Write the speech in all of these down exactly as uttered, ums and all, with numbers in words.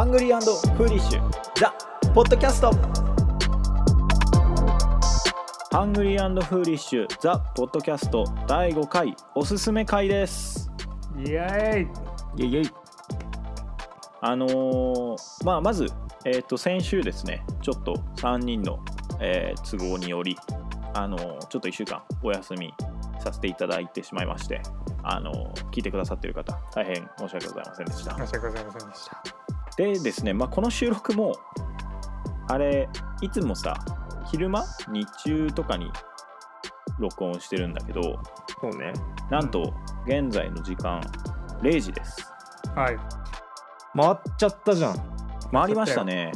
ハングリー&フーリッシュザ・ポッドキャスト。ハングリー&フーリッシュザ・ポッドキャストだいごかいおすすめ会です。 イエーイイエイイエイ。あのー、まあまず、えー、と先週ですね、ちょっとさんにんの、えー、都合により、あのー、ちょっといっしゅうかんお休みさせていただいてしまいまして、あのー、聞いてくださっている方大変申し訳ございませんでした。 申し訳ございませんでした。 でですね、まあ、この収録もあれいつもさ昼間日中とかに録音してるんだけど、 そうね、 なんと現在の時間れいじです。 はい、 回っちゃったじゃん。 回りましたね。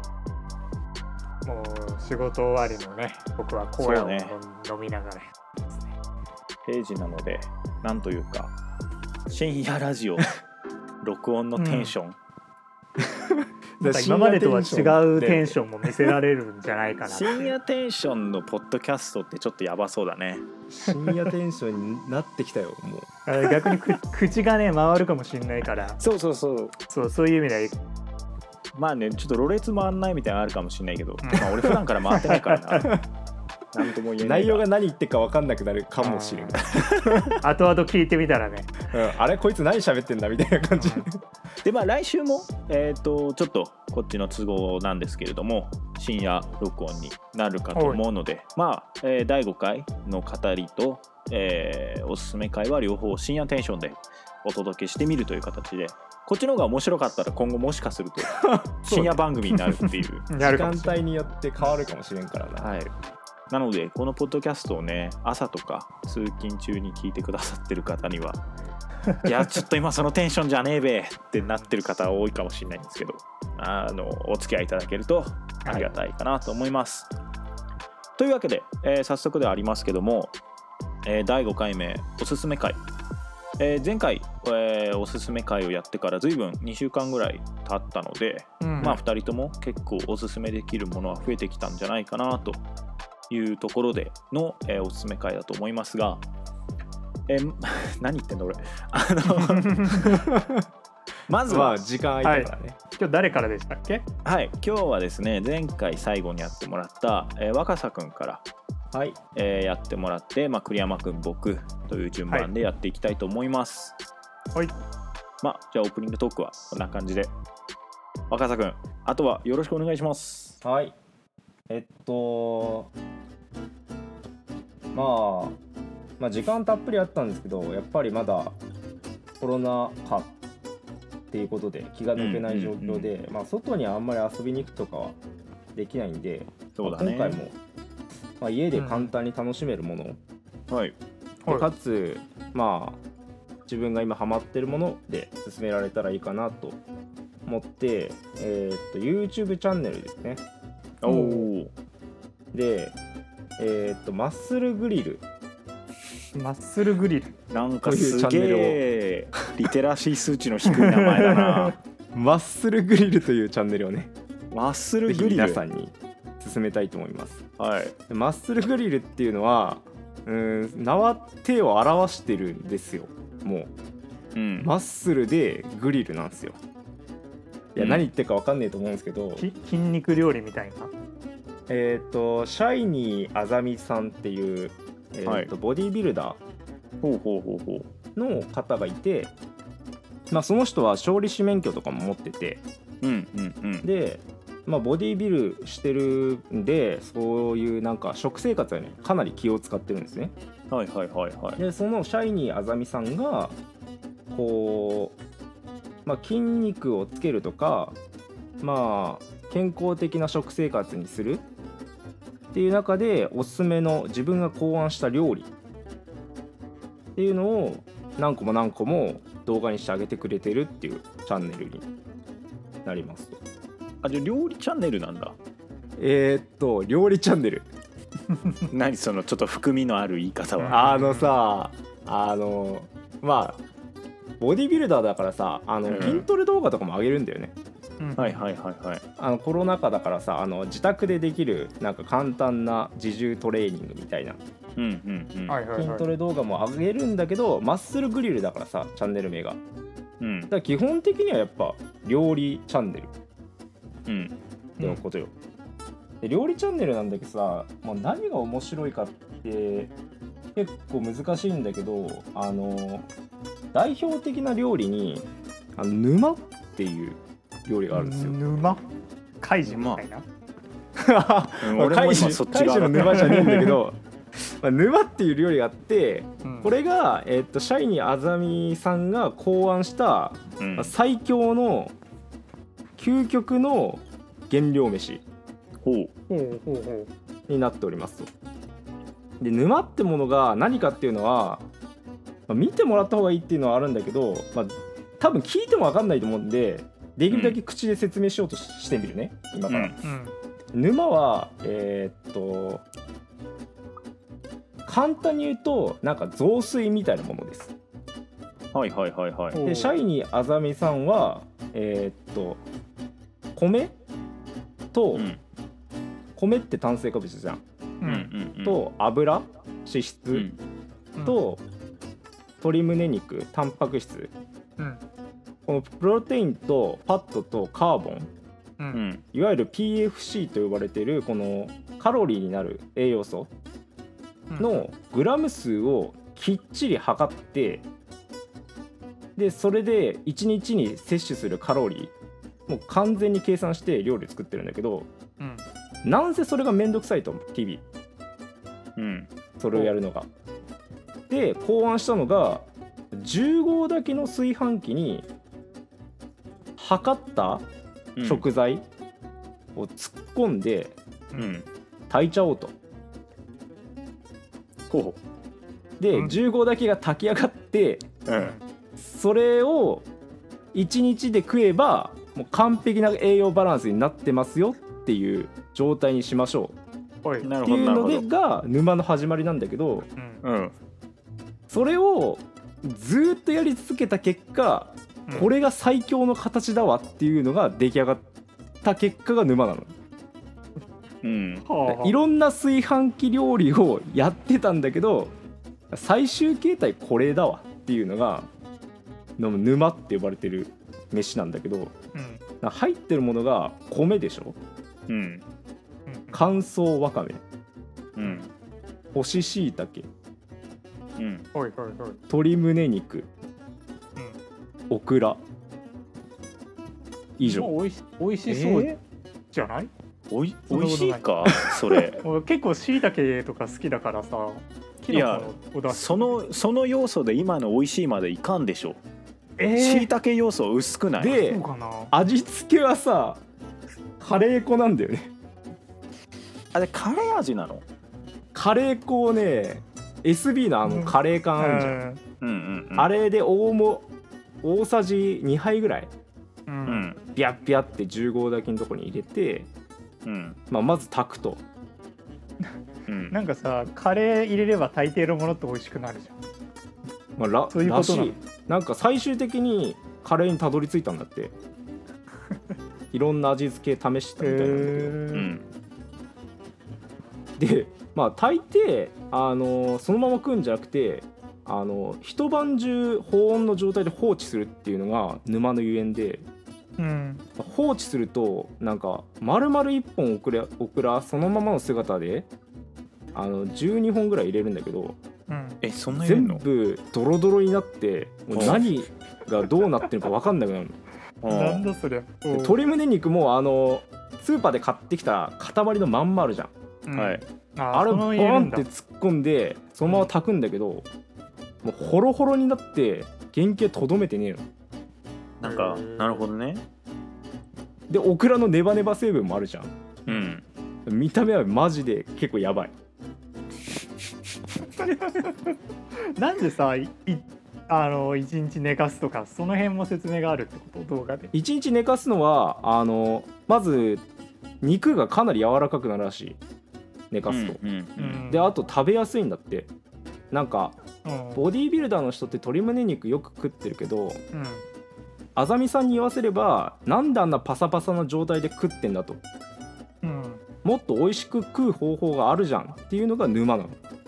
もう仕事終わりのね、僕はコーラを、ね、飲みながられいじなので、なんというか深夜ラジオ録音のテンション、 うん、なんか今までとは違うテンションも見せられるんじゃないかな。 深夜テンションのポッドキャストってちょっとやばそうだね。 深夜テンションになってきたよもう。逆に口がね回るかもしれないから。 そうそうそうそうそういう意味ではまあね、ちょっとろれつ回んないみたいなのあるかもしれないけど、まあ、俺普段から回ってないからな。なんとも言えない。 内容が何言ってるか分かんなくなるかもしれない。 後々聞いてみたらね、 うん、あれこいつ何喋ってんだみたいな感じ、うん、 でまあ来週も、えー、とちょっとこっちの都合なんですけれども深夜録音になるかと思うので、まあ、えー、だいごかいの語りと、えー、おすすめ会は両方深夜テンションでお届けしてみるという形で、こっちの方が面白かったら今後もしかすると深夜番組になるっていう時間帯によって変わるかもしれんからな。 はい、なのでこのポッドキャストをね朝とか通勤中に聞いてくださってる方にはいやちょっと今そのテンションじゃねえべってなってる方多いかもしれないんですけど、あのお付き合いいただけるとありがたいかなと思います、はい、というわけで、えー、早速ではありますけども、えー、だいごかいめおすすめ会、えー、前回、えー、おすすめ会をやってから随分にしゅうかんぐらい経ったので、うん、まあふたりとも結構おすすめできるものは増えてきたんじゃないかなというところでの、えー、おすすめ会だと思いますが、えー、何言ってんだ俺あのまずは、まあ、 時間空いたからね、 はい、今日誰からでしたっけ。 はい、今日はですね前回最後にやってもらった、えー、若狭くんから、 はいえー、やってもらって、まあ、栗山くん僕という順番でやっていきたいと思います。 はい、 まあ、じゃあオープニングトークはこんな感じで、若狭くんあとはよろしくお願いします。 はい、えっとまあまあ時間たっぷりあったんですけど、やっぱりまだコロナ禍っていうことで気が抜けない状況で、うんうんうん、まあ外にあんまり遊びに行くとかはできないんで、 そうだね、 まあ、今回も、まあ、家で簡単に楽しめるもの、 うん、はい、 でかつまあ自分が今ハマってるもので進められたらいいかなと思って、えー、っと YouTube チャンネルですね。 おお。 で、えー、っとマッスルグリルマッスルグリルなんかすげえリテラシー数値の低い名前だな。 マッスルグリルというチャンネルをね、 マッスルグリル皆さんに勧めたいと思います。 はい、 マッスルグリルっていうのはうーん名は手を表してるんですよ。もう、うん、マッスルでグリルなんですよ。いや、うん、何言ってるか分かんねえと思うんですけど、 筋肉料理みたいな。 えっとシャイニーあざみさんっていう、えーとはい、ボディービルダーの方がいて、まあ、その人は調理師免許とかも持ってて、 うんうんうん、 で、まあ、ボディービルしてるんで、そういうなんか食生活はねかなり気を使ってるんですね。 はいはいはいはい。 でそのシャイニーあざみさんがこう、まあ、筋肉をつけるとか、まあ健康的な食生活にするっていう中でおすすめの自分が考案した料理っていうのを何個も何個も動画にしてあげてくれてるっていうチャンネルになります。 あ、じゃあ料理チャンネルなんだ。 えー、っと料理チャンネル何そのちょっと含みのある言い方は。 あのさあのまあボディビルダーだからさ、あの、うん、筋トレ動画とかも上げるんだよね。 はいはいはいはい。 あのコロナ禍だからさ、あの自宅でできるなんか簡単な自重トレーニングみたいな、 うんうんうん、 筋トレ動画も上げるんだけど、マッスルグリルだからさチャンネル名が、 うんだから基本的にはやっぱ料理チャンネルうんのことよ、うん、で料理チャンネルなんだけどさ、もう何が面白いかって結構難しいんだけど、あの代表的な料理にあの沼っていう料理があるんですよ。 沼怪人みたいな、 うん俺も今そっち側怪獣の沼じゃねえんだけどまあ沼っていう料理があって、 うん、 これが、えー、っとシャイニーあざみさんが考案した、 うんまあ、最強の究極の原料飯ほうほうほうほうになっておりますと。で沼ってものが何かっていうのは、まあ、見てもらった方がいいっていうのはあるんだけど、まあ、多分聞いても分かんないと思うんで、できるだけ口で説明しようとしてみるね、うん、今から、 うん、 沼はえー、っと簡単に言うとなんか雑炊みたいなものです。 はいはいはいはい。 でシャイニーあざみさんはえー、っと米と、うん、米って炭水化物じゃん、 うんうんうん、 と油脂質、うん、と鶏胸肉タンパク質、うん、このプロテインとファットとカーボン、うん、いわゆる ピーエフシー と呼ばれているこのカロリーになる栄養素のグラム数をきっちり測って、でそれでいちにちに摂取するカロリーもう完全に計算して料理作ってるんだけど、うん、なんせそれがめんどくさいと日々、うん、それをやるのが。で考案したのがじゅう合だけの炊飯器に測った食材を突っ込んで、うん、炊いちゃおうと。 ほうで、うん、じゅう合だけが炊き上がって、うん、それをいちにちで食えばもう完璧な栄養バランスになってますよっていう状態にしましょうっていうのでが沼の始まりなんだけど、うん、それをずっとやり続けた結果、うん、これが最強の形だわっていうのが出来上がった結果が沼なの。うん、いろんな炊飯器料理をやってたんだけど最終形態これだわっていうのが沼って呼ばれてる飯なんだけど、うん、入ってるものが米でしょ、うん、乾燥わかめ、うん、干し椎茸、うん、鶏胸肉、うん、オクラ以上。 おいし、おいしそうじゃない？えーおい、おいしいかそれ結構椎茸とか好きだからさ。 いやそのその要素で今のおいしいまでいかんでしょ。椎茸、えー、要素薄くない？ でそうかな。味付けはさカレー粉なんだよね。 あれカレー味なの？ カレー粉をね エスビー のあのカレー缶あるじゃん、うんうんうん、あれで大も大さじにはいぐらい、うん、ビャッビャってじゅう合だけのとこに入れて、うんまあ、まず炊くと、 うん、なんかさカレー入れれば大抵のものって美味しくなるじゃん、 まあ、らそういうことなの。なんか最終的にカレーにたどり着いたんだっていろんな味付け試したみたいなんだけど、うん、でまあ大抵あのそのまま食うんじゃなくてあの一晩中保温の状態で放置するっていうのが沼のゆえんで、うん、放置するとなんか丸々いっぽんオクラ、オクラそのままの姿であのじゅうにほんぐらい入れるんだけど、 うん、えそんな入れんの？ 全部ドロドロになってもう何がどうなってるか分かんなくなるのなんだそれ。 鶏胸肉もあのスーパーで買ってきた塊のまんまあるじゃん、うん、はい、あ, あれボーンって突っ込んでそのまま炊くんだけど、もうホロホロになって原型とどめてねえの。 なんかなるほどね。 でオクラのネバネバ成分もあるじゃん、 うん、 見た目はマジで結構やばいなんでさいあのいちにち寝かすとかその辺も説明があるってこと？動画でいちにち寝かすのはあのまず肉がかなり柔らかくなるらしい、寝かすと、うんうんうん、であと食べやすいんだって。なんか、うん、ボディービルダーの人って鶏胸肉よく食ってるけど、うん、あざみさんに言わせればなんであんなパサパサな状態で食ってんだと、うん、もっと美味しく食う方法があるじゃんっていうのが沼なの。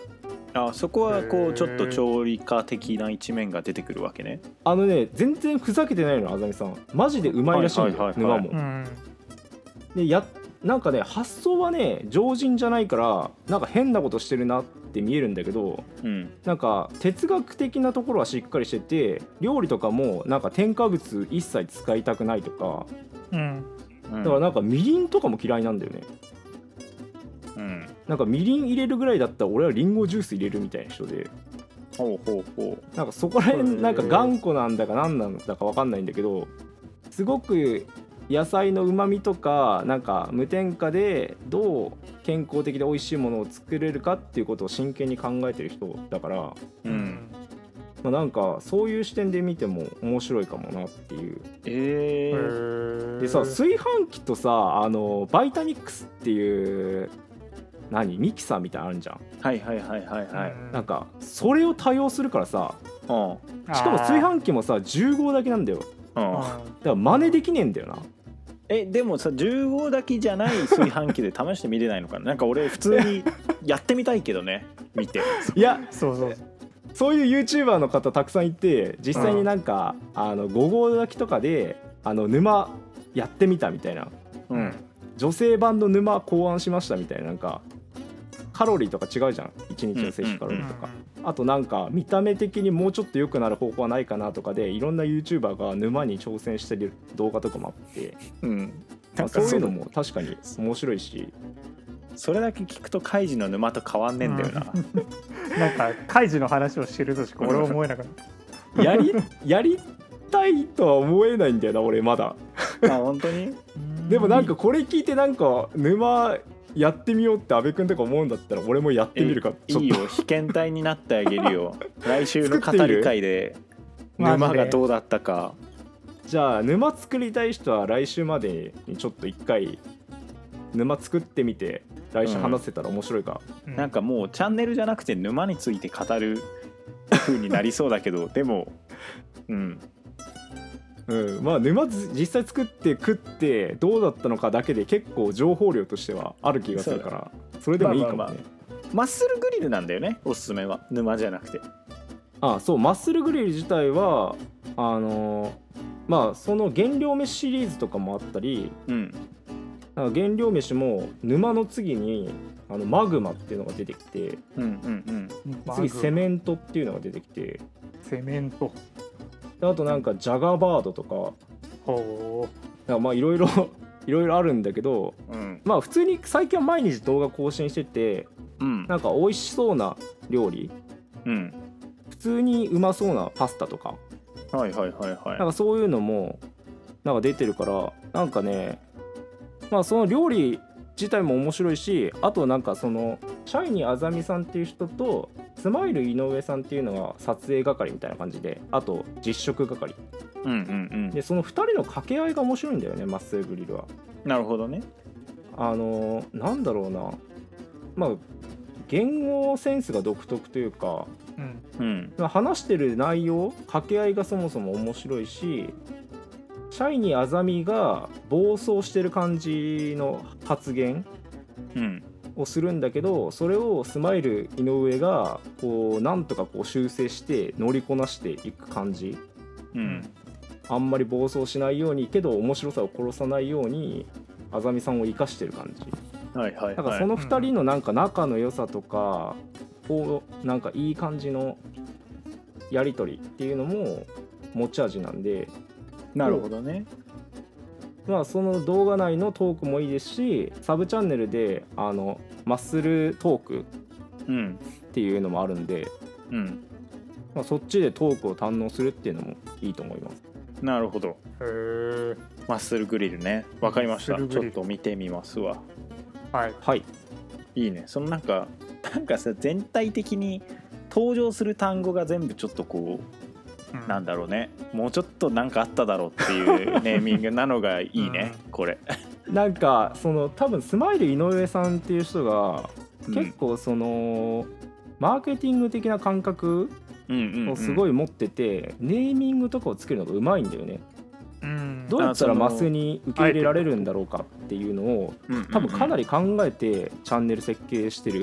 あそこはこへーうちょっと調理家的な一面が出てくるわけね。 あのね全然ふざけてないのあざみさん、マジでうまいらしいんだよ、 はいはいはいはい沼も。 うんでやなんかね発想はね常人じゃないからなんか変なことしてるなって見えるんだけど、 うんなんか哲学的なところはしっかりしてて、料理とかもなんか添加物一切使いたくないとか、 うんうんだからなんかみりんとかも嫌いなんだよね。 うんなんかみりん入れるぐらいだったら俺はリンゴジュース入れるみたいな人で、 ほうほうほう。 なんかそこらへー辺なんか頑固なんだか何なんだか分かんないんだけど、すごく野菜のうまみとかなんか無添加でどう健康的で美味しいものを作れるかっていうことを真剣に考えてる人だから、 うんまあ、なんかそういう視点で見ても面白いかもなっていう。 えー、 でさ炊飯器とさあのバイタミックスっていう何ミキサーみたいなのあるじゃん。 はいはいはいはいはい。 なんかそれを多用するからさ、 うんしかも炊飯器もさじゅう号だけなんだよ。 うんだから真似できねえんだよな。 えでもさじゅう号炊きじゃない炊飯器で試してみれないのかな。なんか俺普通にやってみたいけどね見て。 いやそうそうそういう YouTuber の方たくさんいて、実際になんか、うん、あのご号炊きとかであの沼やってみたみたいな、 うん、 女性版の沼考案しましたみたいな、なんかカロリーとか違うじゃんいちにちの摂取カロリーとか、うんうん、あとなんか見た目的にもうちょっと良くなる方法はないかなとかでいろんな YouTuber が沼に挑戦してる動画とかもあって、 うんまあ、そういうのも確かに面白いし、 それだけ聞くとカイジの沼と変わんねえんだよな、 うん、なんかカイジの話をしてるとしか俺は思えなかったやりやりたいとは思えないんだよな俺まだ。 あ本当にでもなんかこれ聞いてなんか沼やってみようって阿部君とか思うんだったら俺もやってみるか。 いいよ被験体になってあげるよ来週の語り会で沼がどうだったか。 じゃあ沼作りたい人は来週までにちょっと一回沼作ってみて来週話せたら面白いか、 うん、なんかもうチャンネルじゃなくて沼について語る風になりそうだけどでもうんうん、まあ沼実際作って食ってどうだったのかだけで結構情報量としてはある気がするから そ, それでもいいかもね、まあまあまあ、マッスルグリルなんだよねおすすめは。沼じゃなくてああそうマッスルグリル自体はあのまあその原料飯シリーズとかもあったり、うん、なんか原料飯も沼の次にあのマグマっていうのが出てきて、うんうんうん、次セメントっていうのが出てきて、 セメントあとなんかジャガバードとか、ほう、なんかまあいろいろいろいろあるんだけど、うん、まあ普通に最近は毎日動画更新してて、うん、なんか美味しそうな料理、うん、普通にうまそうなパスタとか、はいはいはいはい、なんかそういうのもなんか出てるからなんかね、まあその料理自体も面白いし、あとなんかそのシャイニーあざみさんっていう人とスマイル井上さんっていうのが撮影係みたいな感じで、あと実食係、うんうんうん、でそのふたりの掛け合いが面白いんだよねマッスルグリルは。なるほどね。あのなんだろうな、まあ言語センスが独特というか、うんうん、話してる内容掛け合いがそもそも面白いし、シャイニーあざみが暴走してる感じの発言、うんをするんだけど、それをスマイル井上がこうなんとかこう修正して乗りこなしていく感じ、うん、あんまり暴走しないようにけど面白さを殺さないようにあざみさんを生かしてる感じ、はいはいはい、だからそのふたりのなんか仲の良さとか、こうなんかいい感じのやり取りっていうのも持ち味なんで。なるほどね。まあその動画内のトークもいいですし、サブチャンネルであのマッスルトークっていうのもあるんで、うん、まあ、そっちでトークを堪能するっていうのもいいと思います。なるほど。へー、マッスルグリルね。わかりました。ちょっと見てみますわ。はいはい。いいね。そのなんかなんかさ、全体的に登場する単語が全部ちょっとこう、うん、なんだろうね、もうちょっとなんかあっただろうっていうネーミングなのがいいね、うん、これなんかその多分スマイル井上さんっていう人が結構その、うん、マーケティング的な感覚をすごい持ってて、うんうんうん、ネーミングとかをつけるのがうまいんだよね、うん、どうやったらマスに受け入れられるんだろうかっていうのを多分かなり考えてチャンネル設計してる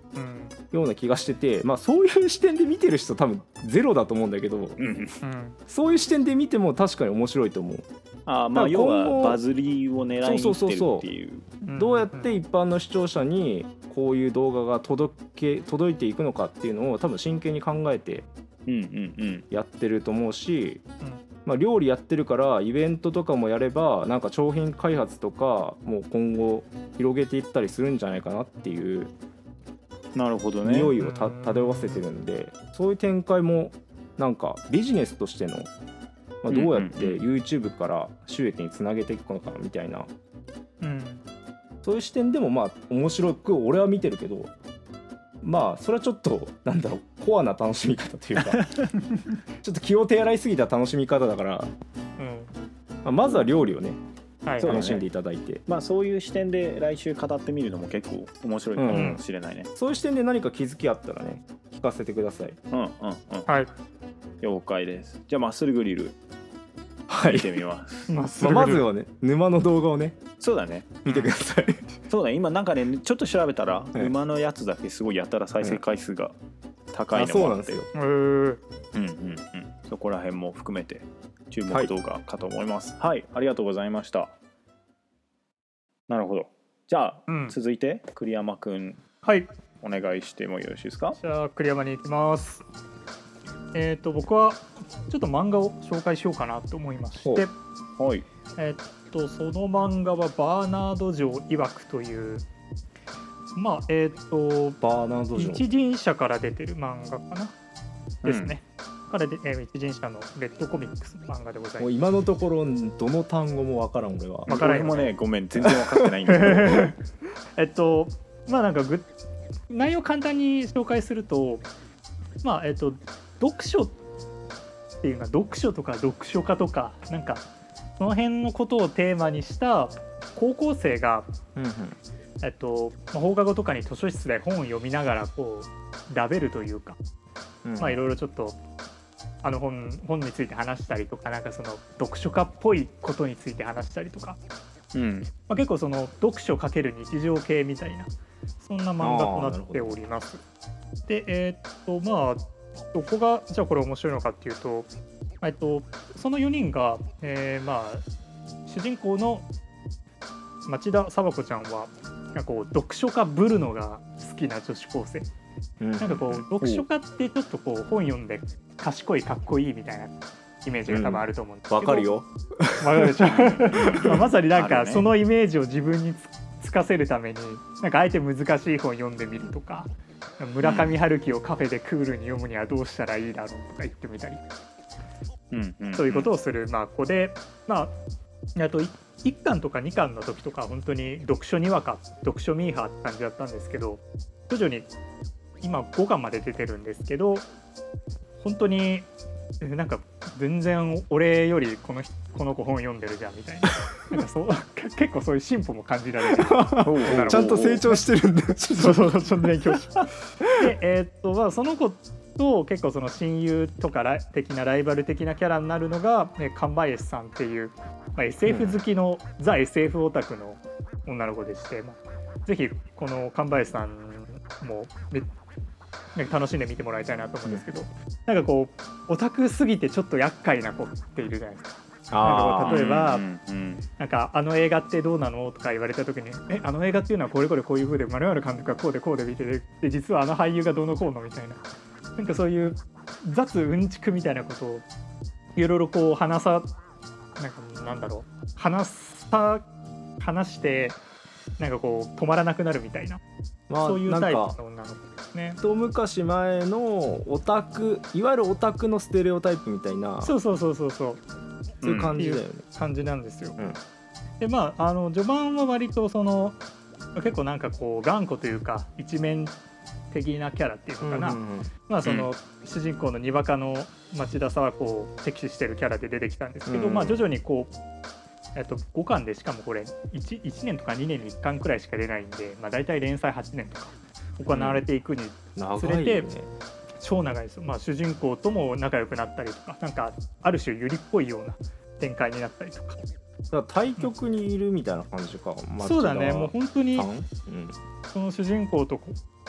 うんような気がしてて、まあそういう視点で見てる人多分ゼロだと思うんだけど、 うんうんそういう視点で見ても確かに面白いと思う。 あまあだから要今後はバズりを狙いにいってるっていううんどうやって一般の視聴者にこういう動画が届け届いていくのかっていうのを多分真剣に考えてうんうんうんやってると思うし、 うんまあ、料理やってるからイベントとかもやればなんか商品開発とかもう今後広げていったりするんじゃないかなっていうなるほどね。 匂いをた漂わせてるんで、そういう展開もなんかビジネスとしての、まあ、どうやって YouTube から収益につなげていくのかみたいな、 うんそういう視点でもまあ面白く俺は見てるけど、まあそれはちょっとなんだろうコアな楽しみ方というかちょっと気を手洗いすぎた楽しみ方だから、 うんまあ、まずは料理をねはいそうだね楽しんでいただいて、 まあそういう視点で来週語ってみるのも結構面白いかもしれないね。 そういう視点で何か気づきあったらね聞かせてください。 うんうんうん。 はい了解です。じゃあマッスルグリルはい見てみます。 まあすまあ、 ぐまずはね沼の動画をねそうだね。 見てください。 そうだね。今なんかねちょっと調べたら、 い馬のやつだけすごいやたら再生回数が高いあのそうなんですよもあって、 うーうんうんうん。そこら辺も含めて注目動画かと思います。はい、はい、ありがとうございました。なるほど。じゃあ、 うん、 続いて栗山くんはいお願いしてもよろしいですか。 じゃあ栗山に行きます。えっ、ー、と僕はちょっと漫画を紹介しようかなと思いまして、 はい。 えっ、とその漫画はバーナード城曰くというまあえっ、とバーナード城一人社から出てる漫画かなですね。からで、えー、一人社のレッドコミックスの漫画でございます。 もう今のところどの単語もわからん俺は。 わからん俺もねごめん全然分かってないんだけどえっとまあなんかぐ内容簡単に紹介するとまあえっと読書っていうのは読書とか読書家とかなんかその辺のことをテーマにした高校生が、 うんうんえっとまあ、放課後とかに図書室で本を読みながらこうラベルというか、 うん、 まあいろいろちょっとあの 本, 本について話したりとかなんかその読書家っぽいことについて話したりとか、 うんまあ、結構その読書かける日常系みたいなそんな漫画となっております。でえー、っとまあどこがじゃあこれ面白いのかっていうと、えっと、そのよにんが、えー、まあ主人公の町田紗和子ちゃんはなんかこう読書家ぶるのが好きな女子高生、 うん、 なんかこう読書家ってちょっとこう本読んで賢いかっこいいみたいなイメージが多分あると思うんですけど、 わかるよ。 わかるでしょまあまさになんあるねかそのイメージを自分につつかせるためになんかあえて難しい本読んでみるとか村上春樹をカフェでクールに読むにはどうしたらいいだろうとか言ってみたり、 うんうん、 そういうことをする、まあ、子で、まあ、あといっかんとかにかんの時とか本当に読書にわか読書ミーハーって感じだったんですけど徐々に今ごかんまで出てるんですけど本当になんか全然俺よりこのこの子本読んでるじゃんみたいななんかそう結構そういう進歩も感じられるちゃんと成長してるんだ。 そうそうそうちょっと勉強してで、えー、っとまあその子と結構その親友とかラ的なライバル的なキャラになるのが、ね、神林さんっていう、まあ、エスエフ 好きの、うん、ザ エスエフ オタクの女の子でして、まあ、ぜひこの神林さんもめ楽しんで見てもらいたいなと思うんですけど、なんかこうオタクすぎてちょっと厄介な子っているじゃないですか。なんか例えば、 うんうん、 なんかあの映画ってどうなのとか言われた時にえあの映画っていうのはこれこれこういう風で丸々監督がこうでこうで見てで実はあの俳優がどうのこうのみたいななんかそういう雑うんちくみたいなことをいろいろこう話さなんかなんだろう話さ話してなんかこう止まらなくなるみたいな、まあ、そういうタイプの女の子ですね。 一昔前のオタクいわゆるオタクのステレオタイプみたいなそうそうそうそうそうそういう感じだよね、 うん、感じなんですよ、 うん、 でまああの序盤は割とその結構なんかこう頑固というか一面的なキャラっていうのかな、うんうんうん、まあその、うん、主人公のにわかの町田紗和子を敵視してるキャラで出てきたんですけど、うんうん、まあ徐々にこうえっとごかんでしかもこれ 1, いちねんとかにねんにいっかんくらいしか出ないんで、まあ、大体連載はちねんとか行われていくにつれて、うんね、超長いですよ、まあ、主人公とも仲良くなったりとかなんかある種ユリっぽいような展開になったりとか、 だから対局にいるみたいな感じか、うん、 そうだねもう本当に、 うん、 その主人公と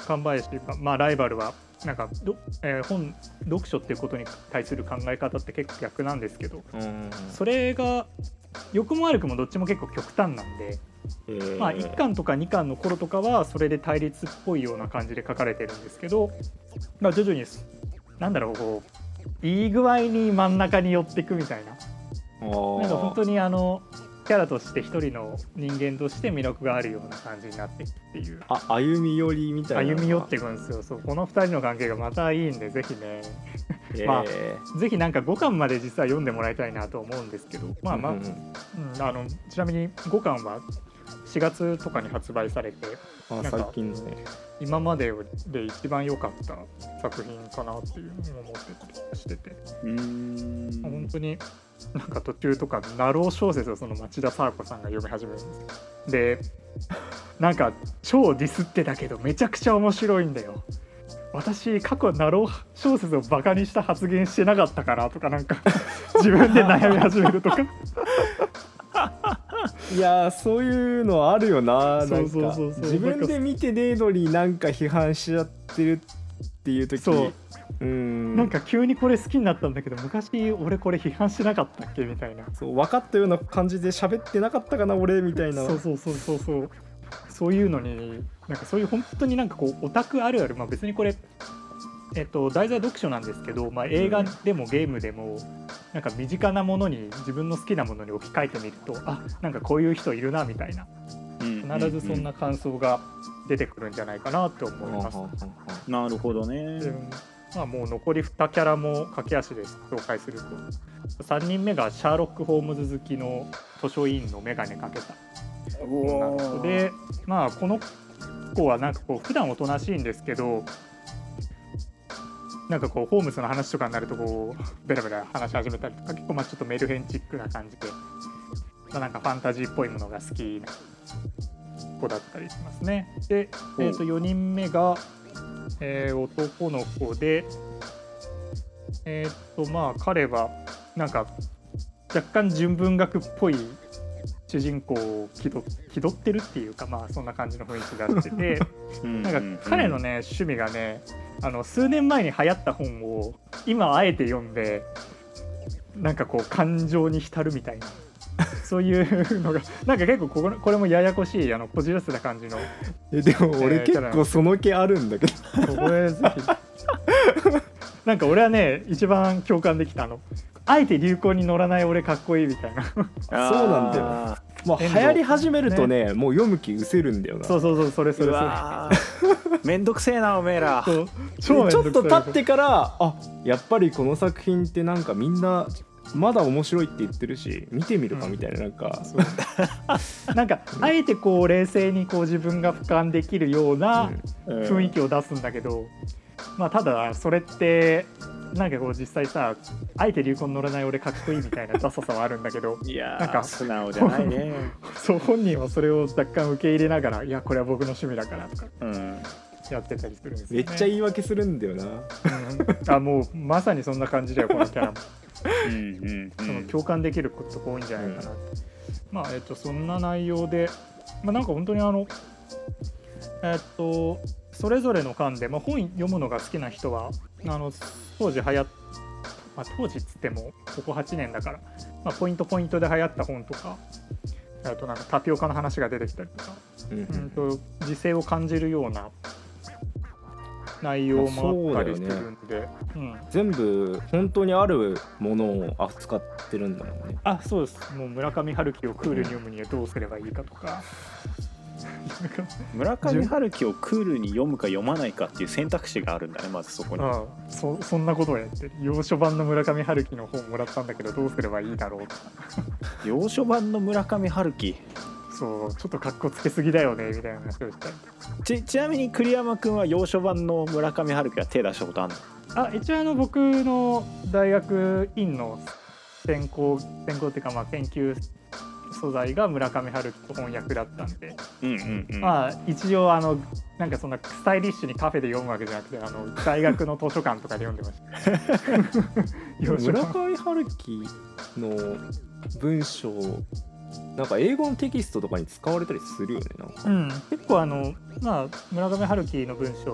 神林というか、まあ、ライバルはなんかど、えー、本読書っていうことに対する考え方って結構逆なんですけど、 うん、 それが良くも悪くもどっちも結構極端なんで、 えーまあ、いっかんとかにかんの頃とかはそれで対立っぽいような感じで書かれてるんですけど、まあ、徐々になんだろう、こういい具合に真ん中に寄っていくみたいな、なんか本当にあのキャラとして一人の人間として魅力があるような感じになっていくっていう、 あ歩み寄りみたいな、 歩み寄っていくんですよ。そう、このふたりの関係がまたいいんで、ぜひね、 えーまあ、ぜひなんかごかんまで実は読んでもらいたいなと思うんですけど、まあまあ、 うんうんうん、あのちなみにごかんはしがつとかに発売されて、 あなんか最近ですね。 今までで一番良かった作品かなっていうのを思ってたりしてて、 うーん本当になんか途中とかナロー小説をその町田佐和子さんが読み始めるんですよ。でなんか超ディスってたけどめちゃくちゃ面白いんだよ、私過去ナロー小説をバカにした発言してなかったからとか、なんか自分で悩み始めるとかいやーそういうのあるよな。なんそうかそうそうそう自分で見てねえのになんか批判しちゃってるっていう時、 そううーんなんか急にこれ好きになったんだけど昔俺これ批判しなかったっけみたいな、 そう分かったような感じで喋ってなかったかな俺みたいな。 そうそうそうそうそうそういうのになんかそういう本当になんかこうオタクあるある、まあ別にこれえっと題材は読書なんですけど、まあ映画でもゲームでもなんか身近なものに自分の好きなものに置き換えてみると、あなんかこういう人いるなみたいな、必ずそんな感想が出てくるんじゃないかなって思います。 なるほどね。 でまあ、もう残りにキャラも駆け足で紹介すると、さんにんめがシャーロック・ホームズ好きの図書委員のメガネかけた女の子で、まあこの子はなんかこう普段おとなしいんですけど、なんかこうホームズの話とかになるとこうベラベラ話し始めたりとか、結構まあちょっとメルヘンチックな感じで、まあ、なんかファンタジーっぽいものが好きな子だったりしますね。で、えー、とよにんめが、えー、男の子で、えっ、とまあ彼はなんか若干純文学っぽい主人公を気取、気取ってるっていうか、まあそんな感じの雰囲気出しててなんか彼のね趣味がね、あの数年前に流行った本を今あえて読んでなんかこう感情に浸るみたいなそういうのがなんか結構これ、これもややこしいあのこじらせた感じの。 えでも俺結構その気あるんだけど、 これぜひなんか俺はね一番共感できたの、あえて流行に乗らない俺かっこいいみたいなそうなんだよ。まあ流行り始めるとね、もう読む気失せるんだよな。 そうそうそう、それそれそれめんどくせえなおめえら。 そう超ちょっと経ってからあやっぱりこの作品ってなんかみんなまだ面白いって言ってるし見てみるかみたいな、なんか、 うん、なんかあえてこう冷静にこう自分が俯瞰できるような雰囲気を出すんだけど、うん、まあただそれってなんかこう実際さあえて流行に乗らない俺かっこいいみたいなダサさはあるんだけど、 いやなんか素直じゃないねそう本人はそれを若干受け入れながら、いやこれは僕の趣味だからとか、 うんやってたりするんですよね。 めっちゃ言い訳するんだよな、 うん、あもうまさにそんな感じだよこのキャラもうんうん、うん、 その共感できることが多いんじゃないかな、うん、まあえっとそんな内容で、まあ、なんか本当にあのえっとそれぞれの巻で、まあ、本読むのが好きな人はあの当時流行っ、まあ、当時っつってもここはちねんだから、まあ、ポイントポイントで流行った本とか、あとなんかタピオカの話が出てきたりとか、うんうん、と時勢を感じるような内容もあったりするんで、うん、 全部本当にあるものを扱ってるんだもんね。 あ、そうです。もう村上春樹をクールに読むにはどうすればいいかとか、 村上春樹をクールに読むか読まないかっていう選択肢があるんだね、まずそこに。 ああ そ, そんなことをやってる。洋書版の村上春樹の本もらったんだけどどうすればいいだろうとか洋書版の村上春樹、 そうちょっとカッコつけすぎだよねみたいな話をしたり。 ち, ちなみに栗山くんは洋書版の村上春樹は手出したことあるの？ あ、一応あの僕の大学院の専攻専攻っていうかまあ研究素材が村上春樹と翻訳だったんで、 うんうんうん、 まあ一応あのなんかそんなスタイリッシュにカフェで読むわけじゃなくて、あの大学の図書館とかで読んでました村上春樹の文章なんか英語のテキストとかに使われたりするよねなんか、 うん、結構あの、まあ、村上春樹の文章って、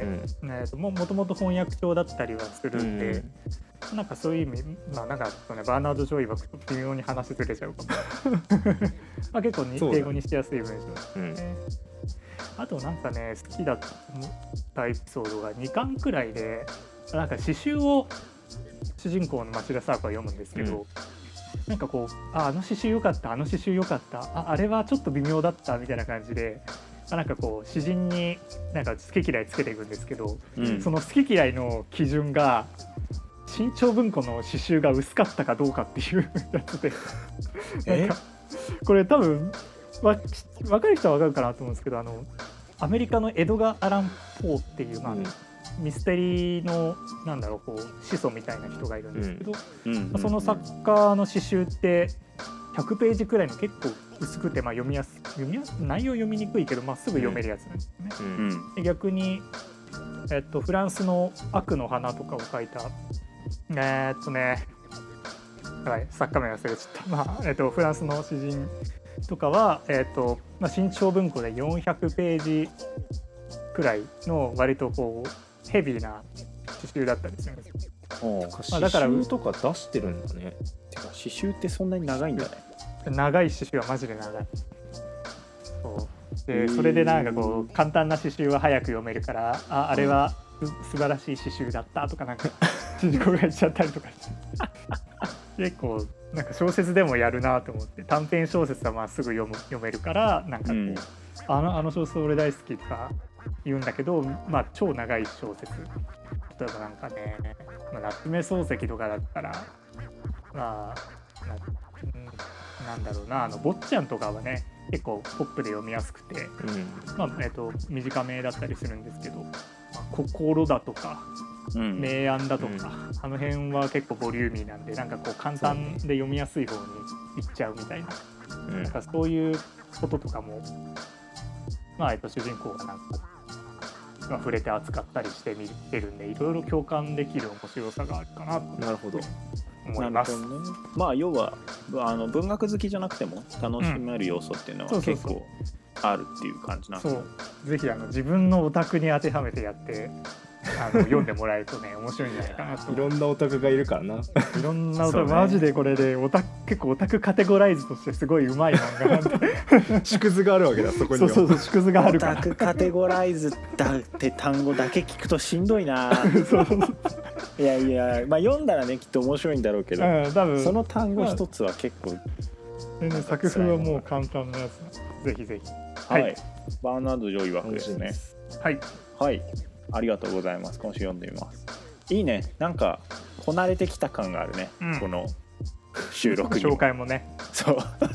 うんね、も, もともと翻訳帳だったりはするんで、うん、なんかそういう意味、まあなんかね、バーナード・ジョイは微妙に話ずれちゃうかもまあ結構に英語にしやすい文章ですね、うん、あとなんかね好きだったエピソードがにかんくらいでなんか詩集を主人公の町田沙耶子は読むんですけど、うん、なんかこう あ, あの詩集良かったあの詩集良かったああれはちょっと微妙だったみたいな感じでなんかこう詩人になんか好き嫌いつけていくんですけど、うん、その好き嫌いの基準が新潮文庫の詩集が薄かったかどうかっていうやつでなんかこれ多分わ分かる人は分かるかなと思うんですけどあのアメリカのエドガー・アラン・ポーっていう、まあうんミステリーのなんだろうこう始祖みたいな人がいるんですけど、うんうんうんうん、その作家の詩集ってひゃくページくらいの結構薄くて、まあ、読みやす読みやす内容読みにくいけど、まあ、すぐ読めるやつなんですよね、うんうん、で逆に、えっと、フランスの悪の花とかを書いたえー、っとねはい作家名忘れちゃった、まあえっと、フランスの詩人とかは、えっとまあ、新潮文庫でよんひゃくページくらいの割とこうヘビーな詩集だったりするんですよ。 まあ、だから詩集とか出してるんだね。 てか詩集ってそんなに長いんだね。 長い詩集はマジで長い。そうでそれでなんかこう簡単な詩集は早く読めるからああれは素晴らしい詩集だったとかなんか主人公が言っちゃったりとかして結構なんか小説でもやるなと思って短編小説はまあすぐ読む読めるからなんかこう、うん、あのあの小説俺大好きとか言うんだけど、まあ、超長い小説例えばなんかね、まあ、夏目漱石とかだったらまあ な, なんだろうなあの坊ちゃんとかはね結構ポップで読みやすくて、うんまあえっと、短めだったりするんですけど、まあ、心だとか、うん、明暗だとか、うん、あの辺は結構ボリューミーなんでなんかこう簡単で読みやすい方にいっちゃうみたいな、うん、なんかそういうこととかもまあえっと、主人公がなんかまあ、触れて扱ったりしてみてるんでいろいろ共感できる面白さがあるかなとなるほど思います。 なるほどね、まあ要はあの文学好きじゃなくても楽しめる要素っていうのは結構あるっていう感じなんですね。 ぜひあの自分のオタクに当てはめてやってあの読んでもらえるとね面白いんじゃないかなと。 いろんなオタクがいるからな。いろんなオタク、ね、マジでこれでオタク結構オタクカテゴライズとしてすごいうまい漫画なんで縮図があるわけだそこには。 そうそうそう縮図があるから。 オタクカテゴライズだって単語だけ聞くとしんどいな。そういやいやまあ読んだらねきっと面白いんだろうけど、うん、多分その単語一つは結構、 まあ、作風はもう簡単なやつぜひぜひ。 はい、はい、バーナード・ジョイ枠ですね。 はいはいありがとうございます。今週読んでみます。いいね。なんかこなれてきた感があるね、うん、この収録に紹介もねそう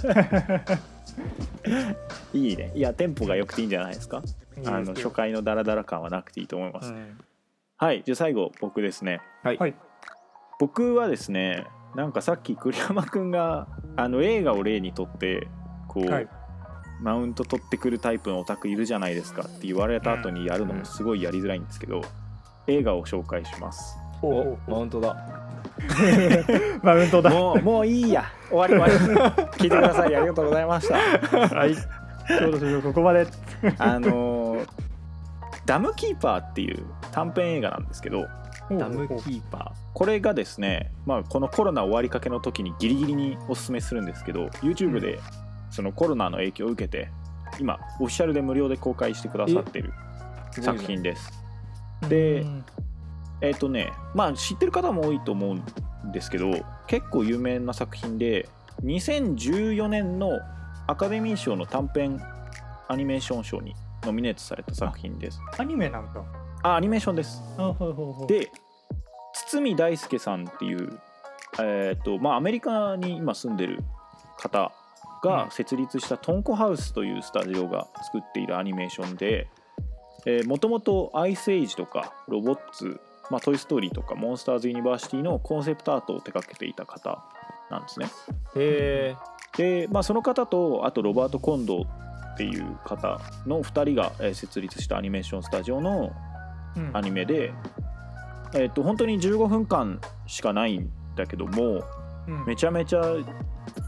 いいね。いやテンポが良くていいんじゃないですか。いいですあの初回のダラダラ感はなくていいと思います、うん、はいじゃあ最後僕ですね。 はい、 僕はですねなんかさっき栗山くんがあの映画を例にとってこう、はいマウント取ってくるタイプのオタクいるじゃないですかって言われた後にやるのもすごいやりづらいんですけど、うん、映画を紹介します。 おマウントだマウントだもう、もういいや終わり終わり聞いてくださいありがとうございましたはい今日のここまであのー、ダムキーパーっていう短編映画なんですけどダムキーパーこれがですね、まあ、このコロナ終わりかけの時にギリギリにおすすめするんですけど YouTube で、うんそのコロナの影響を受けて今オフィシャルで無料で公開してくださっている作品です。でえっとねまあ知ってる方も多いと思うんですけど結構有名な作品でにせんじゅうよねんのアカデミー賞の短編アニメーション賞にノミネートされた作品です。 アニメなんだ。 あアニメーションです。 あほうほうほうで堤大輔さんっていうえっとまあアメリカに今住んでる方が設立したトンコハウスというスタジオが作っているアニメーションでもともとアイスエイジとかロボッツ、まあ、トイストーリーとかモンスターズユニバーシティのコンセプトアートを手掛けていた方なんですね。 へで、まあ、その方とあとロバート・コンドっていう方のふたりが設立したアニメーションスタジオのアニメで、うんえー、と本当にじゅうごふんかんしかないんだけども、うん、めちゃめちゃ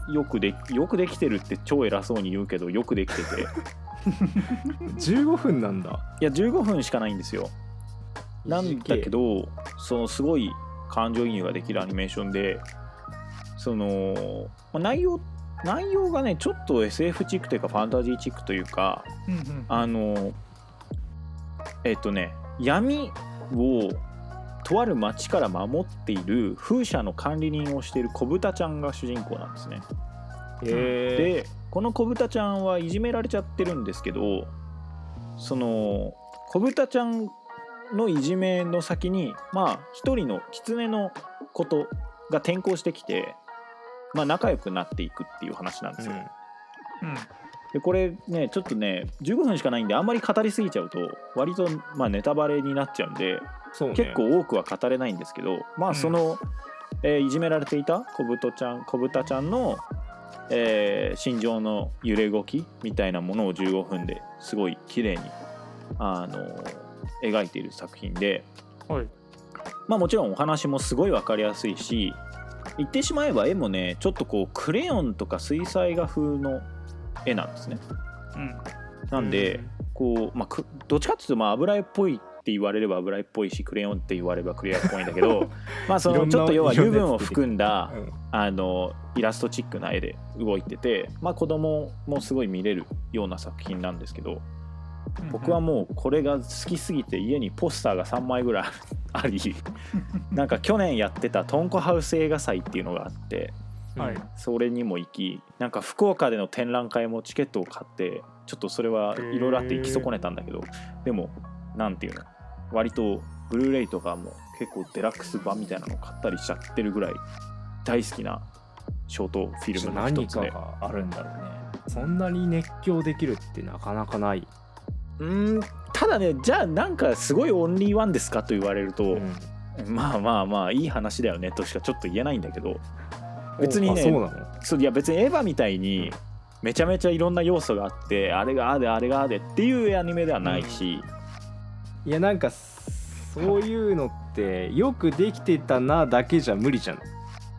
よくでよくできてるって超偉そうに言うけどよくできててじゅうごふんなんだ。 いやじゅうごふんしかないんですよ。なんだけどそのすごい感情移入ができるアニメーションで、その内容内容がねちょっと エスエフ チックというかファンタジーチックというか、 うんうん、 あのえっとね闇をとある町から守っている風車の管理人をしている小豚ちゃんが主人公なんですね。 へでこの小豚ちゃんはいじめられちゃってるんですけど、その小豚ちゃんのいじめの先にまあ一人の狐のことが転校してきて、まあ、仲良くなっていくっていう話なんですよ、 うんうん、 でこれねちょっとねじゅうごふんしかないんであんまり語りすぎちゃうと割とまあネタバレになっちゃうんで、 そうね、 結構多くは語れないんですけど、まあその、うんえー、いじめられていた小豚ちゃん小豚ちゃんの、えー、心情の揺れ動きみたいなものをじゅうごふんですごい綺麗にあの描いている作品で、 はい、 まあもちろんお話もすごい分かりやすいし、言ってしまえば絵もねちょっとこうクレヨンとか水彩画風の絵なんですね、うん、なんでこう、まあ、どっちかっていうとまあ油絵っぽいって言われれば油絵っぽいし、クレヨンって言われればクレヨンっぽいんだけどまあそのちょっと要は油分を含んだあのイラストチックな絵で動いてて、まあ子供もすごい見れるような作品なんですけど、僕はもうこれが好きすぎて家にポスターがさんまいぐらいありなんか去年やってたトンコハウス映画祭っていうのがあって、はい、それにも行き、なんか福岡での展覧会もチケットを買って、ちょっとそれはいろいろあって行き損ねたんだけど、でもなんていうの割とブルーレイとかも結構デラックス版みたいなのを買ったりしちゃってるぐらい大好きなショートフィルムの一つで、 何かがあるんだろうね。そんなに熱狂できるってなかなかない。 うーんただね、じゃあなんかすごいオンリーワンですかと言われると、うん、まあまあまあいい話だよねとしかちょっと言えないんだけど、別にね、 そうなの？ そういや別にエヴァみたいにめちゃめちゃいろんな要素があってあれがあであれがあでっていうアニメではないし、 うん、いやなんかそういうのってよくできてたなだけじゃ無理じゃん。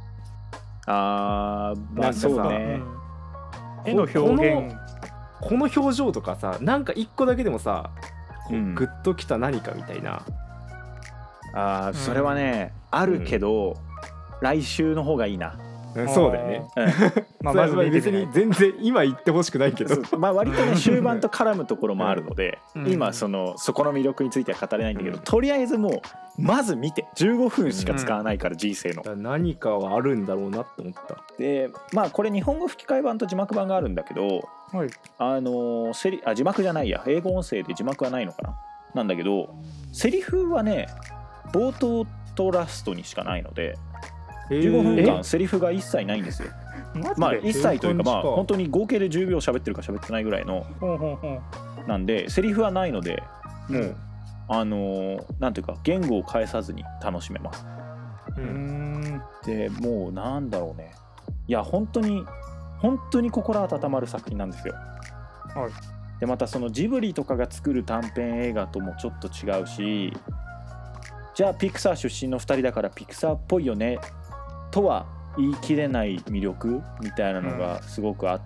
あーまあそうね、 絵の表現この表情とかさ、なんか一個だけでもさ、こうグッときた何かみたいな、 うん、あそれはね、うん、あるけど、うん、来週の方がいいな。 そうだよね、うんまあ、まず別に全然今言ってほしくないけどまあ割とね終盤と絡むところもあるので、うん、今そのそこの魅力については語れないんだけど、うん、とりあえずもうまず見て、じゅうごふんしか使わないから、うん、人生の何かはあるんだろうなって思った。 でまあこれ日本語吹き替え版と字幕版があるんだけど、はい、あのセリあ字幕じゃないや英語音声で字幕はないのかななんだけど、セリフはね冒頭とラストにしかないのでじゅうごふんかんセリフが一切ないんですよ。まあ一切というかまあ本当に合計でじゅうびょう喋ってるか喋ってないぐらいのなんで、セリフはないのでもうあのなんていうか言語を変えさずに楽しめます。うーんでもうなんだろうね、いや本当に本当に心温まる作品なんですよ。はい、でまたそのジブリとかが作る短編映画ともちょっと違うし、じゃあピクサー出身のふたりだからピクサーっぽいよねとは言い切れない魅力みたいなのがすごくあって、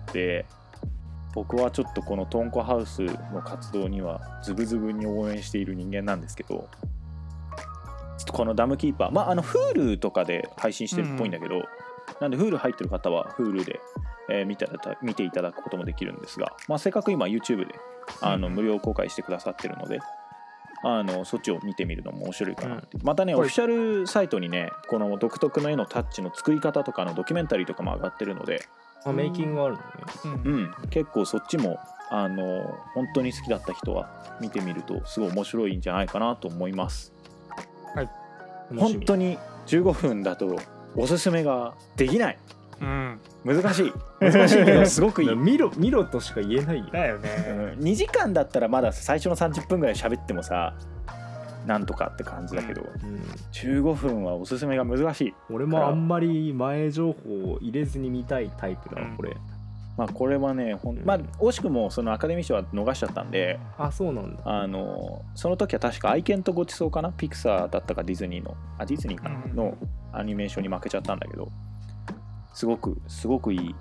うん、僕はちょっとこのトンコハウスの活動にはズブズブに応援している人間なんですけど、ちょっとこのダムキーパー、まああの Hulu とかで配信してるっぽいんだけど、うん、なんで Hulu 入ってる方は Hulu で、えー、見て見ていただくこともできるんですが、まあ、せっかく今 YouTube であの無料公開してくださってるので、あのそっちを見てみるのも面白いかなって、うん、またねオフィシャルサイトにねこの独特の絵のタッチの作り方とかのドキュメンタリーとかも上がってるので、 あメイキングがあるのね、 うん、うん、結構そっちもあの本当に好きだった人は見てみるとすごい面白いんじゃないかなと思います。はい、本当にじゅうごふんだとおすすめができない、うん、難しい難しいけどすごくいい見ろ見ろとしか言えないよだよね、 うん、にじかんだったらまだ最初のさんじゅっぷんぐらい喋ってもさなんとかって感じだけど、うん、じゅうごふんはおすすめが難しい。 俺もあんまり前情報を入れずに見たいタイプだな、うん、これ。 まあこれはねほん、まあ惜しくもそのアカデミー賞は逃しちゃったんで、 あそうなんだ。 あのその時は確か愛犬とごちそうかな、ピクサーだったかディズニーのあディズニーかなのアニメーションに負けちゃったんだけど、すごくすごくいい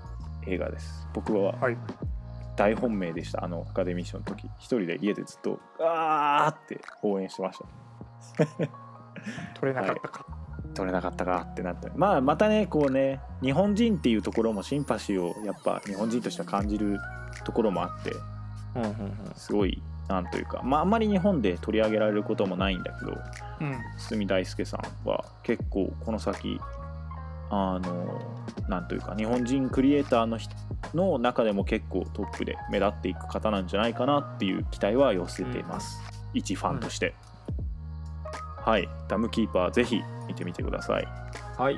映画です。僕は大本命でした。あのアカデミー賞の時一人で家でずっとあーって応援してました取れなかったか、 はい、取れなかったかってなって、まあまたねこうね日本人っていうところもシンパシーをやっぱ日本人としては感じるところもあって、 うんうんうん、 すごいなんというか、まああんまり日本で取り上げられることもないんだけど、 うん、 堤大輔さんは結構この先あのなんというか日本人クリエイターの人の中でも結構トップで目立っていく方なんじゃないかなっていう期待は寄せています、うん、一ファンとして、うん、はいダムキーパーぜひ見てみてください。 はい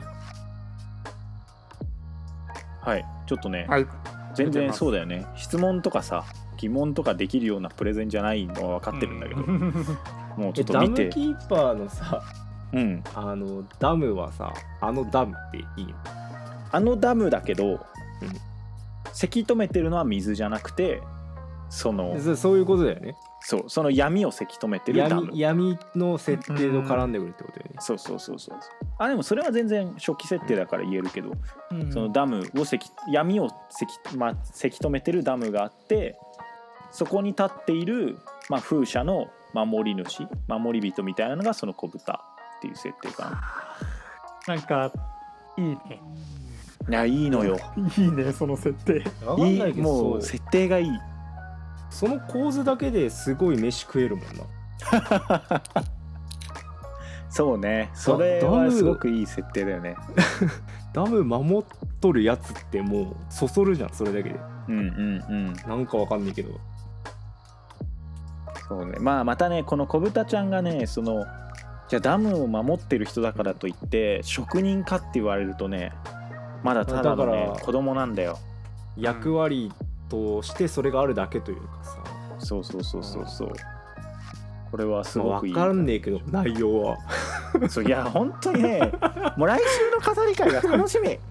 はいちょっとね、 はい、 全然そうだよね質問とかさ疑問とかできるようなプレゼンじゃないのは分かってるんだけど、うん、もうちょっと見てダムキーパーのさうん、 あのダムはさあのダムっていいの？ あのダムだけど、うん、せき止めてるのは水じゃなくてそのそういうことだよね。 そうその闇をせき止めてるダム闇, 闇の設定と絡んでくるってことだよね、 うん、そうそうそうそうあでもそれは全然初期設定だから言えるけど、うん、そのダムをせき闇をせき、まあ、せき止めてるダムがあってそこに立っている、まあ、風車の守り主守り人みたいなのがその子豚っていう設定かな。なんかいいね。 いやいいのよ。 いいねその設定。 いいもう設定がいい。 その構図だけですごい飯食えるもんな。 そうねそれはすごくいい設定だよね。 ダム守っとるやつってもうそそるじゃんそれだけで。 うんうんうん。 なんかわかんないけど。 そうねまあまたねこの子豚ちゃんがねそのじゃあダムを守ってる人だからといって職人かって言われるとねまだただのね子供なんだよ。 役割としてそれがあるだけというかさ、 うん、そうそうそうそうそうこれはすごくいい、 まあ、分かんねえけど内容はそういや本当にねもう来週の語り会が楽しみ、うん、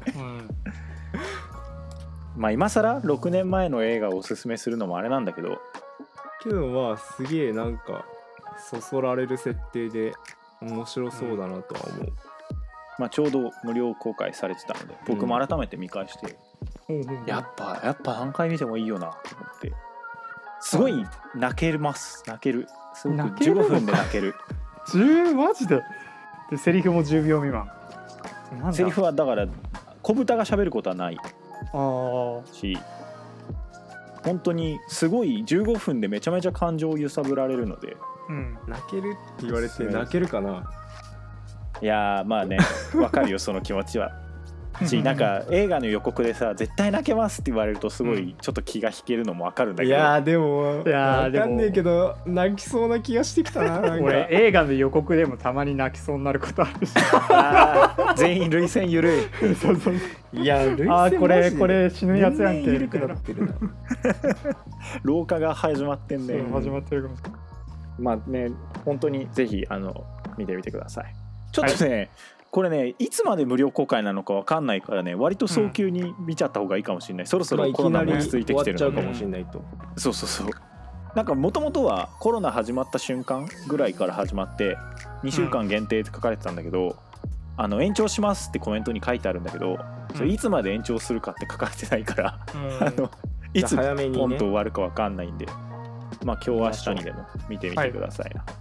まあ今更ろくねんまえの映画をおすすめするのもあれなんだけどけどまあすげえなんかそそられる設定で面白そうだなとは思う、うんまあ、ちょうど無料公開されてたので僕も改めて見返して、うん、やっぱやっぱ何回見てもいいよなと思ってすごい泣けます泣けるすごくじゅうごふんで泣けるじゅうマジででセリフもじゅうびょう未満なんだセリフはだから小豚が喋ることはないあし本当にすごいじゅうごふんでめちゃめちゃ感情を揺さぶられるので、 うん、 泣けるって言われて泣けるかな。 いやまあねわかるよその気持ちはしなんか映画の予告でさ絶対泣けますって言われるとすごいちょっと気が引けるのもわかるんだけど、 いやでもいやわかんねえけど泣きそうな気がしてきたな。なんか俺映画の予告でもたまに泣きそうになることあるしあ全員涙腺ゆるいそうそういや涙腺あこれこれ死ぬやつやんけ緩くなってるな老化が始まってんね。 始まってるかもしれない。 まあね本当にぜひあの見てみてください。ちょっとね、はい、これねいつまで無料公開なのかわかんないからね割と早急に見ちゃった方がいいかもしれない、うん、そろそろコロナも落ち着いてきてるので、 まあ、いきなり終わっちゃうかもしれないと、 うん、そうそうそうなんかもともとはコロナ始まった瞬間ぐらいから始まってにしゅうかん限定って書かれてたんだけど、うん、あの延長しますってコメントに書いてあるんだけど、うん、それいつまで延長するかって書かれてないから、うん、あのいつポンと終わるかわかんないんで、まあ今日明日にでも見てみてくださいな、はい、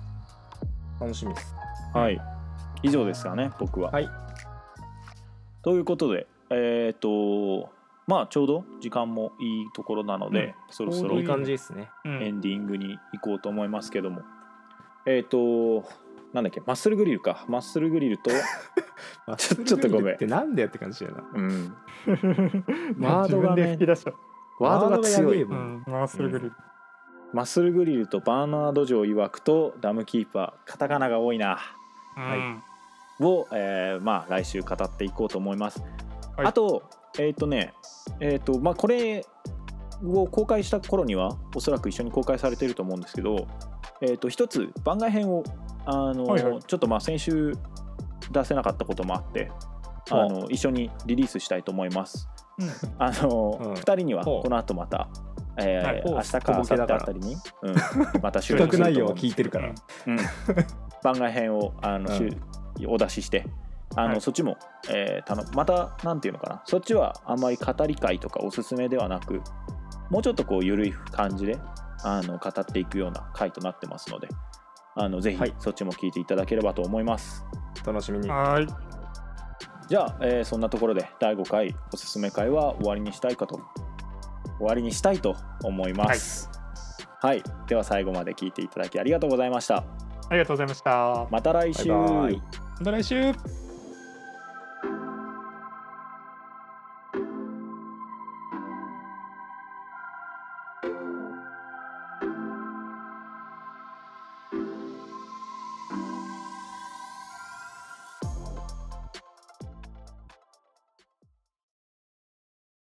楽しみです。 はい以上ですかね僕は、 はい、 ということでえっ、ー、とまあちょうど時間もいいところなので、うん、そろそろいい感じですねエンディングに行こうと思いますけども、うん、えっ、ー、となんだっけマッスルグリルかマッスルグリルとちょ、ちょっとごめんってなんだよって感じだな、 うん、ワードがねワードが強い、 うん、マッスルグリル、うん、 マッスルグリルとバーナード城曰くとダムキーパーカタカナが多いな、 うん、 はいを、えー、まあ来週語っていこうと思います、 はい、 あとえっ、ー、とねえっ、ー、とまあこれを公開した頃にはおそらく一緒に公開されていると思うんですけど、えー、と一つ番外編をあの、はいはい、ちょっとまあ先週出せなかったこともあってあの一緒にリリースしたいと思います、うん、あの、うん、ふたりにはこの後またえー、明日か明後日あたりに、うん、また収録すると思うんですけど企画内容を聞いてるから、 うん、番外編をあの、うん、お出ししてあの、 はい、 そっちも、えー、たのまたなんていうのかな、そっちはあんまり語り会とかおすすめではなく、もうちょっとこう緩い感じであの語っていくような回となってますので、あのぜひそっちも聞いていただければと思います。 楽しみに。 はいじゃあ、えー、そんなところでだいごかいおすすめ会は終わりにしたいかと終わりにしたいと思います。はい、はい、では最後まで聞いていただきありがとうございました。 ありがとうございました。 また来週。 バイバイ。 また来週。